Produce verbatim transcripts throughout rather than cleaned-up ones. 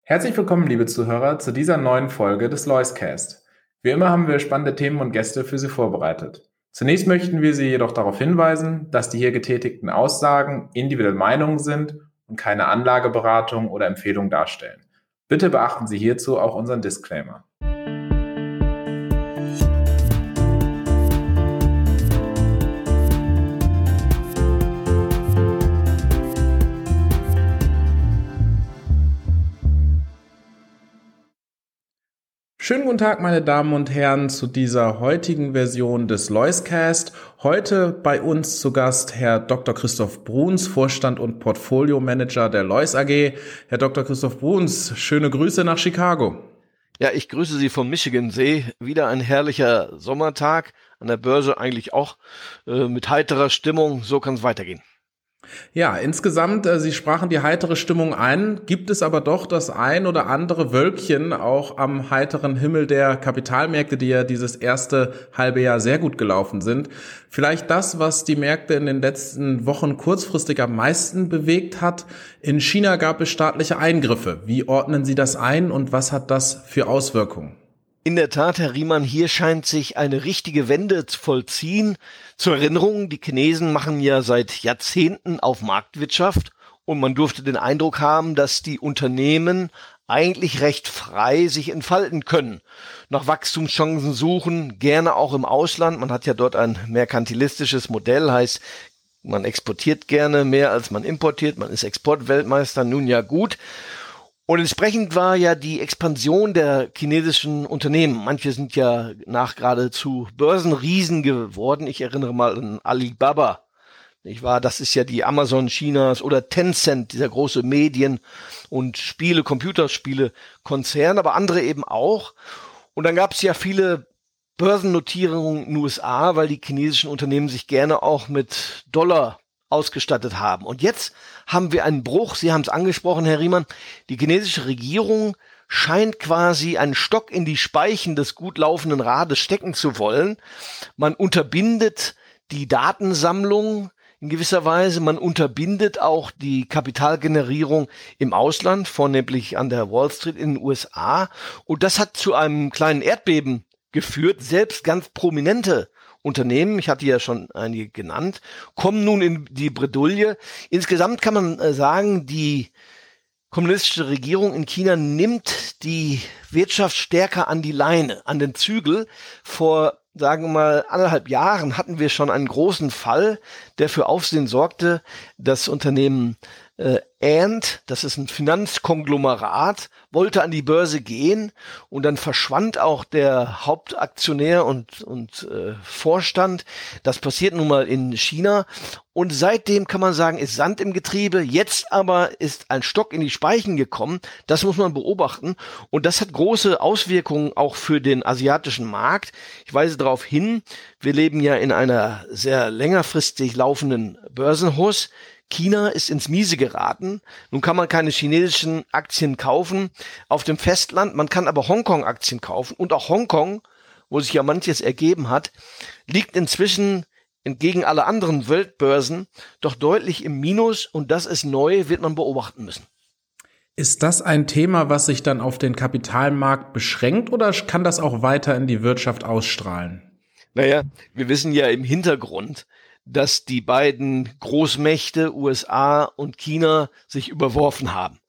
Herzlich willkommen, liebe Zuhörer, zu dieser neuen Folge des Loiscast. Wie immer haben wir spannende Themen und Gäste für Sie vorbereitet. Zunächst möchten wir Sie jedoch darauf hinweisen, dass die hier getätigten Aussagen individuelle Meinungen sind und keine Anlageberatung oder Empfehlung darstellen. Bitte beachten Sie hierzu auch unseren Disclaimer. Schönen guten Tag, meine Damen und Herren, zu dieser heutigen Version des Loiscast. Heute bei uns zu Gast Herr Doktor Christoph Bruns, Vorstand und Portfolio-Manager der Lois A G. Herr Doktor Christoph Bruns, schöne Grüße nach Chicago. Ja, ich grüße Sie vom Michigansee. Wieder ein herrlicher Sommertag, an der Börse eigentlich auch äh, mit heiterer Stimmung. So kann es weitergehen. Ja, insgesamt, äh, Sie sprachen die heitere Stimmung ein, gibt es aber doch das ein oder andere Wölkchen auch am heiteren Himmel der Kapitalmärkte, die ja dieses erste halbe Jahr sehr gut gelaufen sind. Vielleicht das, was die Märkte in den letzten Wochen kurzfristig am meisten bewegt hat. In China gab es staatliche Eingriffe. Wie ordnen Sie das ein und was hat das für Auswirkungen? In der Tat, Herr Riemann, hier scheint sich eine richtige Wende zu vollziehen. Zur Erinnerung, die Chinesen machen ja seit Jahrzehnten auf Marktwirtschaft und man durfte den Eindruck haben, dass die Unternehmen eigentlich recht frei sich entfalten können, nach Wachstumschancen suchen, gerne auch im Ausland. Man hat ja dort ein merkantilistisches Modell, heißt, man exportiert gerne mehr als man importiert, man ist Exportweltmeister, nun ja gut. Und entsprechend war ja die Expansion der chinesischen Unternehmen, manche sind ja nach geradezu Börsenriesen geworden, ich erinnere mal an Alibaba, nicht wahr? Das ist ja die Amazon Chinas, oder Tencent, dieser große Medien- und Spiele, Computerspiele-Konzern, aber andere eben auch. Und dann gab es ja viele Börsennotierungen in den U S A, weil die chinesischen Unternehmen sich gerne auch mit Dollar ausgestattet haben. Und jetzt haben wir einen Bruch, Sie haben es angesprochen, Herr Riemann, die chinesische Regierung scheint quasi einen Stock in die Speichen des gut laufenden Rades stecken zu wollen. Man unterbindet die Datensammlung in gewisser Weise, man unterbindet auch die Kapitalgenerierung im Ausland, vornehmlich an der Wall Street in den U S A. Und das hat zu einem kleinen Erdbeben geführt. Selbst ganz prominente Unternehmen, ich hatte ja schon einige genannt, kommen nun in die Bredouille. Insgesamt kann man äh, sagen, die kommunistische Regierung in China nimmt die Wirtschaft stärker an die Leine, an den Zügel. Vor, sagen wir mal, anderthalb Jahren hatten wir schon einen großen Fall, der für Aufsehen sorgte. Das Unternehmen äh, Ant, das ist ein Finanzkonglomerat, wollte an die Börse gehen und dann verschwand auch der Hauptaktionär und, und äh, Vorstand. Das passiert nun mal in China und seitdem kann man sagen, ist Sand im Getriebe. Jetzt aber ist ein Stock in die Speichen gekommen. Das muss man beobachten und das hat große Auswirkungen auch für den asiatischen Markt. Ich weise darauf hin, wir leben ja in einer sehr längerfristig laufenden Börsenhaus. China ist ins Miese geraten. Nun kann man keine chinesischen Aktien kaufen auf dem Festland, man kann aber Hongkong-Aktien kaufen. Und auch Hongkong, wo sich ja manches ergeben hat, liegt inzwischen entgegen aller anderen Weltbörsen doch deutlich im Minus. Und das ist neu, wird man beobachten müssen. Ist das ein Thema, was sich dann auf den Kapitalmarkt beschränkt oder kann das auch weiter in die Wirtschaft ausstrahlen? Naja, wir wissen ja im Hintergrund, dass die beiden Großmächte U S A und China sich überworfen haben.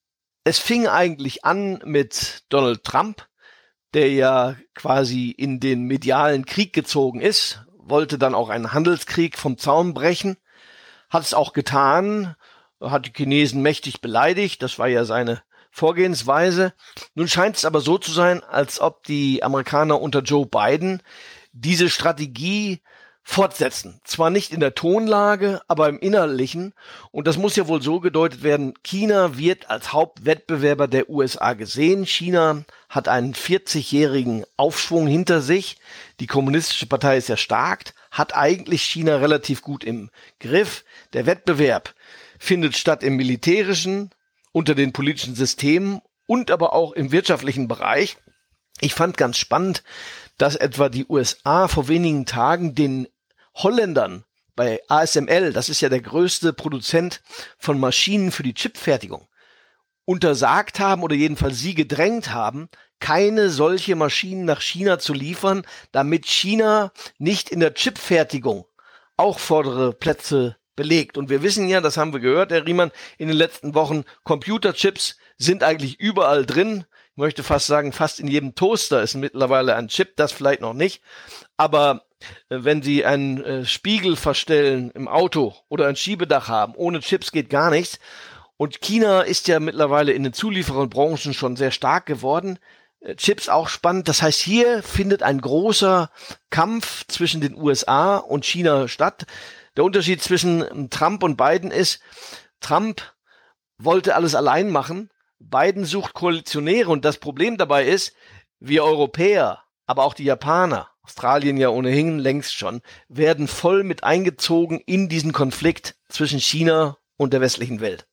Es fing eigentlich an mit Donald Trump, der ja quasi in den medialen Krieg gezogen ist, wollte dann auch einen Handelskrieg vom Zaun brechen, hat es auch getan, hat die Chinesen mächtig beleidigt, das war ja seine Vorgehensweise. Nun scheint es aber so zu sein, als ob die Amerikaner unter Joe Biden diese Strategie fortsetzen. Zwar nicht in der Tonlage, aber im Innerlichen. Und das muss ja wohl so gedeutet werden, China wird als Hauptwettbewerber der U S A gesehen. China hat einen vierzigjährigen Aufschwung hinter sich. Die kommunistische Partei ist erstarkt, hat eigentlich China relativ gut im Griff. Der Wettbewerb findet statt im militärischen, unter den politischen Systemen und aber auch im wirtschaftlichen Bereich. Ich fand ganz spannend, dass etwa die U S A vor wenigen Tagen den Holländern bei A S M L, das ist ja der größte Produzent von Maschinen für die Chipfertigung, untersagt haben oder jedenfalls sie gedrängt haben, keine solche Maschinen nach China zu liefern, damit China nicht in der Chipfertigung auch vordere Plätze belegt. Und wir wissen ja, das haben wir gehört, Herr Riemann, in den letzten Wochen, Computerchips sind eigentlich überall drin. Ich möchte fast sagen, fast in jedem Toaster ist mittlerweile ein Chip, das vielleicht noch nicht. Aber äh, wenn Sie einen äh, Spiegel verstellen im Auto oder ein Schiebedach haben, ohne Chips geht gar nichts. Und China ist ja mittlerweile in den Zuliefererbranchen schon sehr stark geworden. Äh, Chips auch spannend. Das heißt, hier findet ein großer Kampf zwischen den U S A und China statt. Der Unterschied zwischen Trump und Biden ist, Trump wollte alles allein machen. Biden sucht Koalitionäre und das Problem dabei ist, wir Europäer, aber auch die Japaner, Australien ja ohnehin längst schon, werden voll mit eingezogen in diesen Konflikt zwischen China und der westlichen Welt.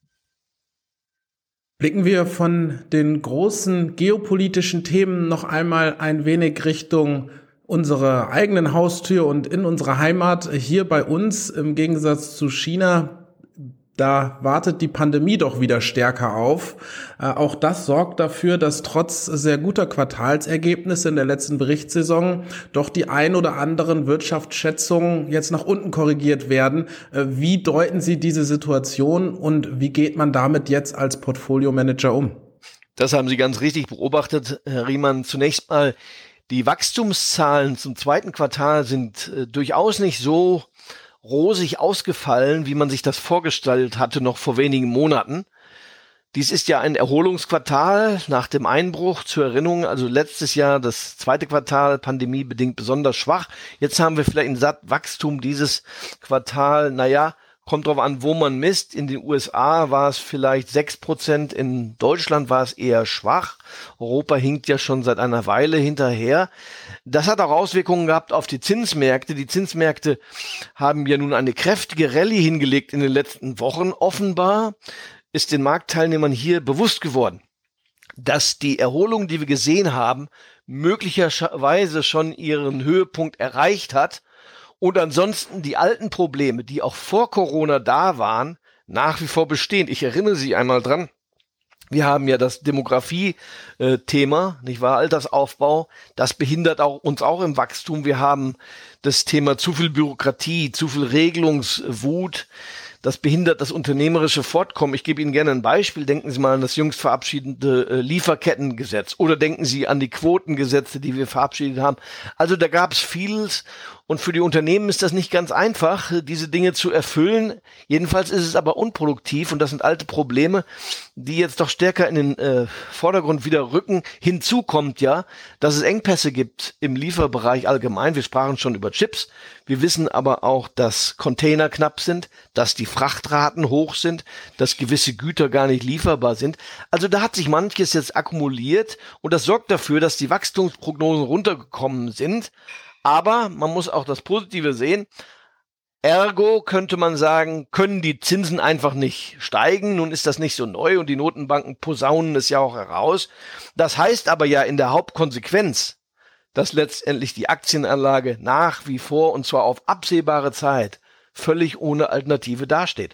Blicken wir von den großen geopolitischen Themen noch einmal ein wenig Richtung unsere eigenen Haustür und in unsere Heimat. Hier bei uns im Gegensatz zu China, da wartet die Pandemie doch wieder stärker auf. Äh, auch das sorgt dafür, dass trotz sehr guter Quartalsergebnisse in der letzten Berichtssaison doch die ein oder anderen Wirtschaftsschätzungen jetzt nach unten korrigiert werden. Äh, wie deuten Sie diese Situation und wie geht man damit jetzt als Portfolio-Manager um? Das haben Sie ganz richtig beobachtet, Herr Riemann. Zunächst mal, die Wachstumszahlen zum zweiten Quartal sind äh, durchaus nicht so rosig ausgefallen, wie man sich das vorgestellt hatte noch vor wenigen Monaten. Dies ist ja ein Erholungsquartal nach dem Einbruch. Zur Erinnerung, also letztes Jahr das zweite Quartal, pandemiebedingt besonders schwach. Jetzt haben wir vielleicht ein Sattwachstum dieses Quartal. Naja, kommt drauf an, wo man misst. In den U S A war es vielleicht sechs Prozent, in Deutschland war es eher schwach. Europa hinkt ja schon seit einer Weile hinterher. Das hat auch Auswirkungen gehabt auf die Zinsmärkte. Die Zinsmärkte haben ja nun eine kräftige Rallye hingelegt in den letzten Wochen. Offenbar ist den Marktteilnehmern hier bewusst geworden, dass die Erholung, die wir gesehen haben, möglicherweise schon ihren Höhepunkt erreicht hat und ansonsten die alten Probleme, die auch vor Corona da waren, nach wie vor bestehen. Ich erinnere Sie einmal dran. Wir haben ja das Demografie-Thema, nicht wahr? Altersaufbau. Das behindert auch, uns auch im Wachstum. Wir haben das Thema zu viel Bürokratie, zu viel Regelungswut. Das behindert das unternehmerische Fortkommen. Ich gebe Ihnen gerne ein Beispiel. Denken Sie mal an das jüngst verabschiedete äh, Lieferkettengesetz oder denken Sie an die Quotengesetze, die wir verabschiedet haben. Also da gab es vieles und für die Unternehmen ist das nicht ganz einfach, diese Dinge zu erfüllen. Jedenfalls ist es aber unproduktiv und das sind alte Probleme, die jetzt doch stärker in den äh, Vordergrund wieder rücken. Hinzu kommt ja, dass es Engpässe gibt im Lieferbereich allgemein. Wir sprachen schon über Chips. Wir wissen aber auch, dass Container knapp sind, dass die Frachtraten hoch sind, dass gewisse Güter gar nicht lieferbar sind. Also da hat sich manches jetzt akkumuliert und das sorgt dafür, dass die Wachstumsprognosen runtergekommen sind. Aber man muss auch das Positive sehen. Ergo könnte man sagen, können die Zinsen einfach nicht steigen. Nun ist das nicht so neu und die Notenbanken posaunen es ja auch heraus. Das heißt aber ja in der Hauptkonsequenz, dass letztendlich die Aktienanlage nach wie vor und zwar auf absehbare Zeit völlig ohne Alternative dasteht.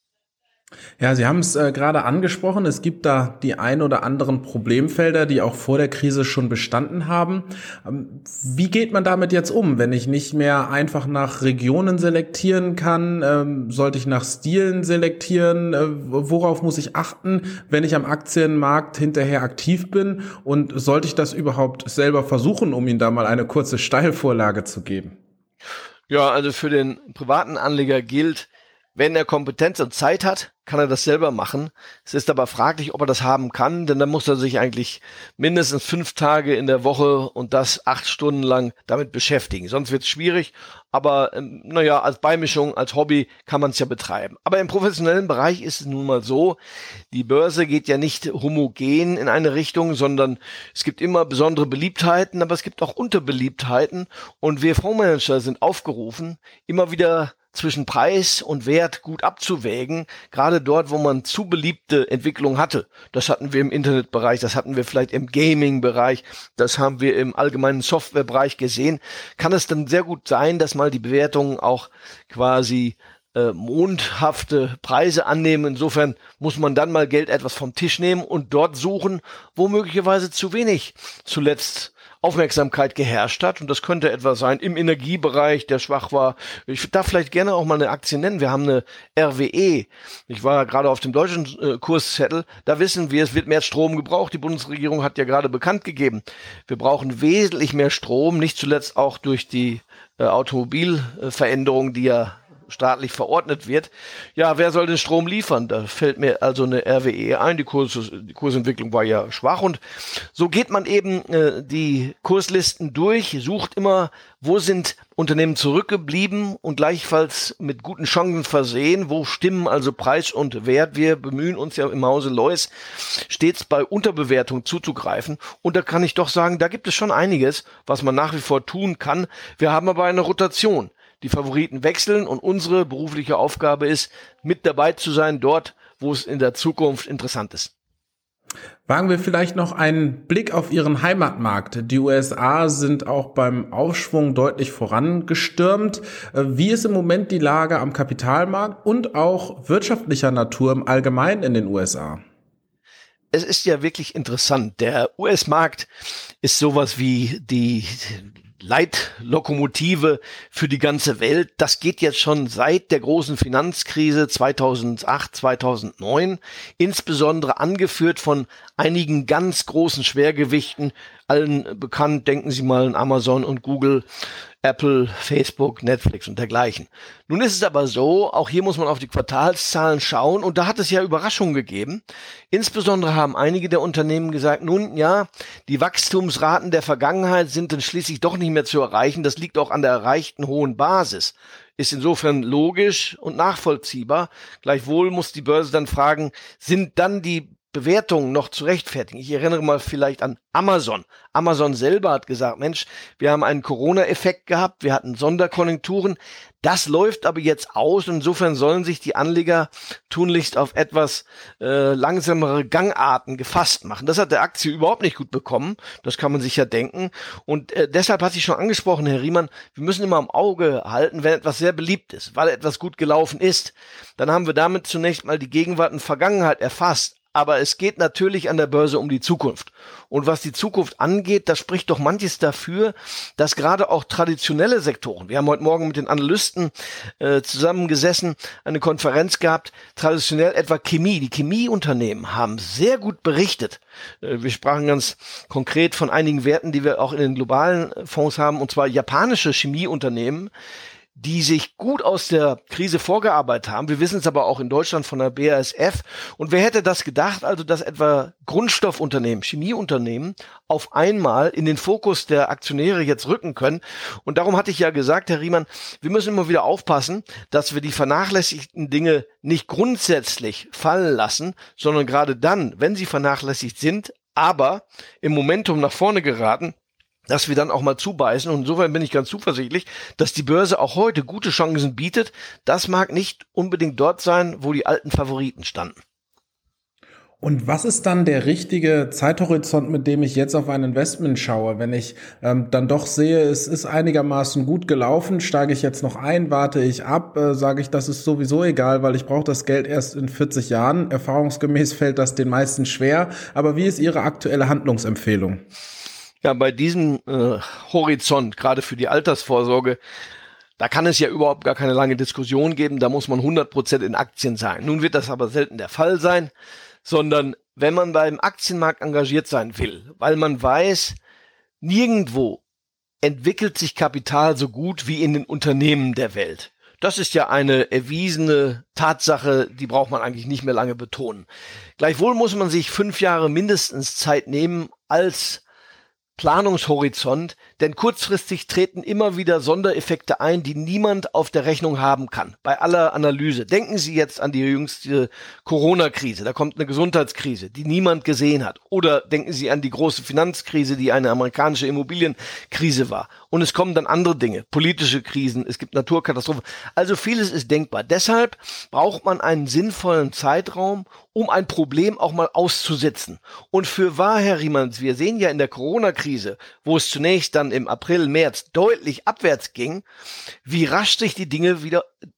Ja, Sie haben es äh, gerade angesprochen. Es gibt da die ein oder anderen Problemfelder, die auch vor der Krise schon bestanden haben. Ähm, wie geht man damit jetzt um, wenn ich nicht mehr einfach nach Regionen selektieren kann? Ähm, sollte ich nach Stilen selektieren? Äh, worauf muss ich achten, wenn ich am Aktienmarkt hinterher aktiv bin? Und sollte ich das überhaupt selber versuchen, um Ihnen da mal eine kurze Steilvorlage zu geben? Ja, also für den privaten Anleger gilt, wenn er Kompetenz und Zeit hat, kann er das selber machen. Es ist aber fraglich, ob er das haben kann, denn dann muss er sich eigentlich mindestens fünf Tage in der Woche und das acht Stunden lang damit beschäftigen. Sonst wird es schwierig, aber ähm, naja, als Beimischung, als Hobby kann man es ja betreiben. Aber im professionellen Bereich ist es nun mal so, die Börse geht ja nicht homogen in eine Richtung, sondern es gibt immer besondere Beliebtheiten, aber es gibt auch Unterbeliebtheiten und wir Fondsmanager sind aufgerufen, immer wieder zwischen Preis und Wert gut abzuwägen, gerade dort, wo man zu beliebte Entwicklung hatte. Das hatten wir im Internetbereich, das hatten wir vielleicht im Gaming-Bereich, das haben wir im allgemeinen Softwarebereich gesehen. Kann es dann sehr gut sein, dass mal die Bewertungen auch quasi äh, mondhafte Preise annehmen. Insofern muss man dann mal Geld etwas vom Tisch nehmen und dort suchen, wo möglicherweise zu wenig zuletzt Aufmerksamkeit geherrscht hat. Und das könnte etwa sein im Energiebereich, der schwach war. Ich darf vielleicht gerne auch mal eine Aktie nennen. Wir haben eine R W E. Ich war gerade auf dem deutschen äh, Kurszettel. Da wissen wir, es wird mehr Strom gebraucht. Die Bundesregierung hat ja gerade bekannt gegeben, wir brauchen wesentlich mehr Strom, nicht zuletzt auch durch die äh, Automobilveränderung, die ja staatlich verordnet wird. Ja, wer soll den Strom liefern? Da fällt mir also eine R W E ein. Die, Kurs, die Kursentwicklung war ja schwach und so geht man eben äh, die Kurslisten durch, sucht immer, wo sind Unternehmen zurückgeblieben und gleichfalls mit guten Chancen versehen, wo stimmen also Preis und Wert. Wir bemühen uns ja im Hause Lois stets bei Unterbewertung zuzugreifen und da kann ich doch sagen, da gibt es schon einiges, was man nach wie vor tun kann. Wir haben aber eine Rotation. Die Favoriten wechseln und unsere berufliche Aufgabe ist, mit dabei zu sein, dort, wo es in der Zukunft interessant ist. Wagen wir vielleicht noch einen Blick auf Ihren Heimatmarkt. Die U S A sind auch beim Aufschwung deutlich vorangestürmt. Wie ist im Moment die Lage am Kapitalmarkt und auch wirtschaftlicher Natur im Allgemeinen in den U S A? Es ist ja wirklich interessant. Der U S-Markt ist sowas wie die Leitlokomotive für die ganze Welt. Das geht jetzt schon seit der großen Finanzkrise zweitausendacht, zweitausendneun, insbesondere angeführt von einigen ganz großen Schwergewichten, allen bekannt, denken Sie mal an Amazon und Google, Apple, Facebook, Netflix und dergleichen. Nun ist es aber so, auch hier muss man auf die Quartalszahlen schauen und da hat es ja Überraschungen gegeben. Insbesondere haben einige der Unternehmen gesagt, nun ja, die Wachstumsraten der Vergangenheit sind dann schließlich doch nicht mehr zu erreichen. Das liegt auch an der erreichten hohen Basis. Ist insofern logisch und nachvollziehbar. Gleichwohl muss die Börse dann fragen, sind dann die Bewertungen noch zu rechtfertigen. Ich erinnere mal vielleicht an Amazon. Amazon selber hat gesagt, Mensch, wir haben einen Corona-Effekt gehabt, wir hatten Sonderkonjunkturen. Das läuft aber jetzt aus und insofern sollen sich die Anleger tunlichst auf etwas äh, langsamere Gangarten gefasst machen. Das hat der Aktie überhaupt nicht gut bekommen. Das kann man sich ja denken. Und äh, deshalb hatte ich schon angesprochen, Herr Riemann, wir müssen immer im Auge halten, wenn etwas sehr beliebt ist, weil etwas gut gelaufen ist. Dann haben wir damit zunächst mal die Gegenwart und Vergangenheit erfasst. Aber es geht natürlich an der Börse um die Zukunft. Und was die Zukunft angeht, da spricht doch manches dafür, dass gerade auch traditionelle Sektoren, wir haben heute Morgen mit den Analysten äh, zusammengesessen, eine Konferenz gehabt, traditionell etwa Chemie. Die Chemieunternehmen haben sehr gut berichtet. Äh, wir sprachen ganz konkret von einigen Werten, die wir auch in den globalen Fonds haben, und zwar japanische Chemieunternehmen, die sich gut aus der Krise vorgearbeitet haben. Wir wissen es aber auch in Deutschland von der B A S F. Und wer hätte das gedacht, also dass etwa Grundstoffunternehmen, Chemieunternehmen auf einmal in den Fokus der Aktionäre jetzt rücken können. Und darum hatte ich ja gesagt, Herr Riemann, wir müssen immer wieder aufpassen, dass wir die vernachlässigten Dinge nicht grundsätzlich fallen lassen, sondern gerade dann, wenn sie vernachlässigt sind, aber im Momentum nach vorne geraten, dass wir dann auch mal zubeißen. Und insofern bin ich ganz zuversichtlich, dass die Börse auch heute gute Chancen bietet. Das mag nicht unbedingt dort sein, wo die alten Favoriten standen. Und was ist dann der richtige Zeithorizont, mit dem ich jetzt auf ein Investment schaue? Wenn ich ähm, dann doch sehe, es ist einigermaßen gut gelaufen, steige ich jetzt noch ein, warte ich ab, äh, sage ich, das ist sowieso egal, weil ich brauche das Geld erst in vierzig Jahren. Erfahrungsgemäß fällt das den meisten schwer. Aber wie ist Ihre aktuelle Handlungsempfehlung? Ja, bei diesem äh, Horizont, gerade für die Altersvorsorge, da kann es ja überhaupt gar keine lange Diskussion geben, da muss man hundert Prozent in Aktien sein. Nun wird das aber selten der Fall sein, sondern wenn man beim Aktienmarkt engagiert sein will, weil man weiß, nirgendwo entwickelt sich Kapital so gut wie in den Unternehmen der Welt. Das ist ja eine erwiesene Tatsache, die braucht man eigentlich nicht mehr lange betonen. Gleichwohl muss man sich fünf Jahre mindestens Zeit nehmen als Planungshorizont, denn kurzfristig treten immer wieder Sondereffekte ein, die niemand auf der Rechnung haben kann. Bei aller Analyse. Denken Sie jetzt an die jüngste Corona-Krise. Da kommt eine Gesundheitskrise, die niemand gesehen hat. Oder denken Sie an die große Finanzkrise, die eine amerikanische Immobilienkrise war. Und es kommen dann andere Dinge, politische Krisen, es gibt Naturkatastrophen. Also vieles ist denkbar. Deshalb braucht man einen sinnvollen Zeitraum, um ein Problem auch mal auszusitzen. Und für wahr, Herr Riemann, wir sehen ja in der Corona-Krise, wo es zunächst dann im April, März deutlich abwärts ging, wie rasch sich die Dinge wieder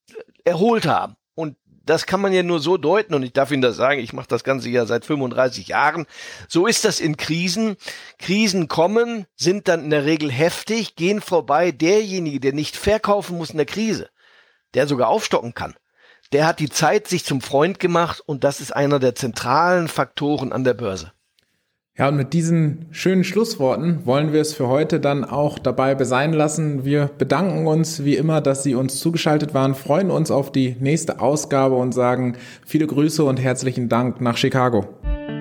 erholt haben. Und das kann man ja nur so deuten, und ich darf Ihnen das sagen, ich mache das Ganze ja seit fünfunddreißig Jahren. So ist das in Krisen. Krisen kommen, sind dann in der Regel heftig, gehen vorbei. Derjenige, der nicht verkaufen muss in der Krise, der sogar aufstocken kann, der hat die Zeit sich zum Freund gemacht, und das ist einer der zentralen Faktoren an der Börse. Ja, und mit diesen schönen Schlussworten wollen wir es für heute dann auch dabei sein lassen. Wir bedanken uns wie immer, dass Sie uns zugeschaltet waren, freuen uns auf die nächste Ausgabe und sagen viele Grüße und herzlichen Dank nach Chicago.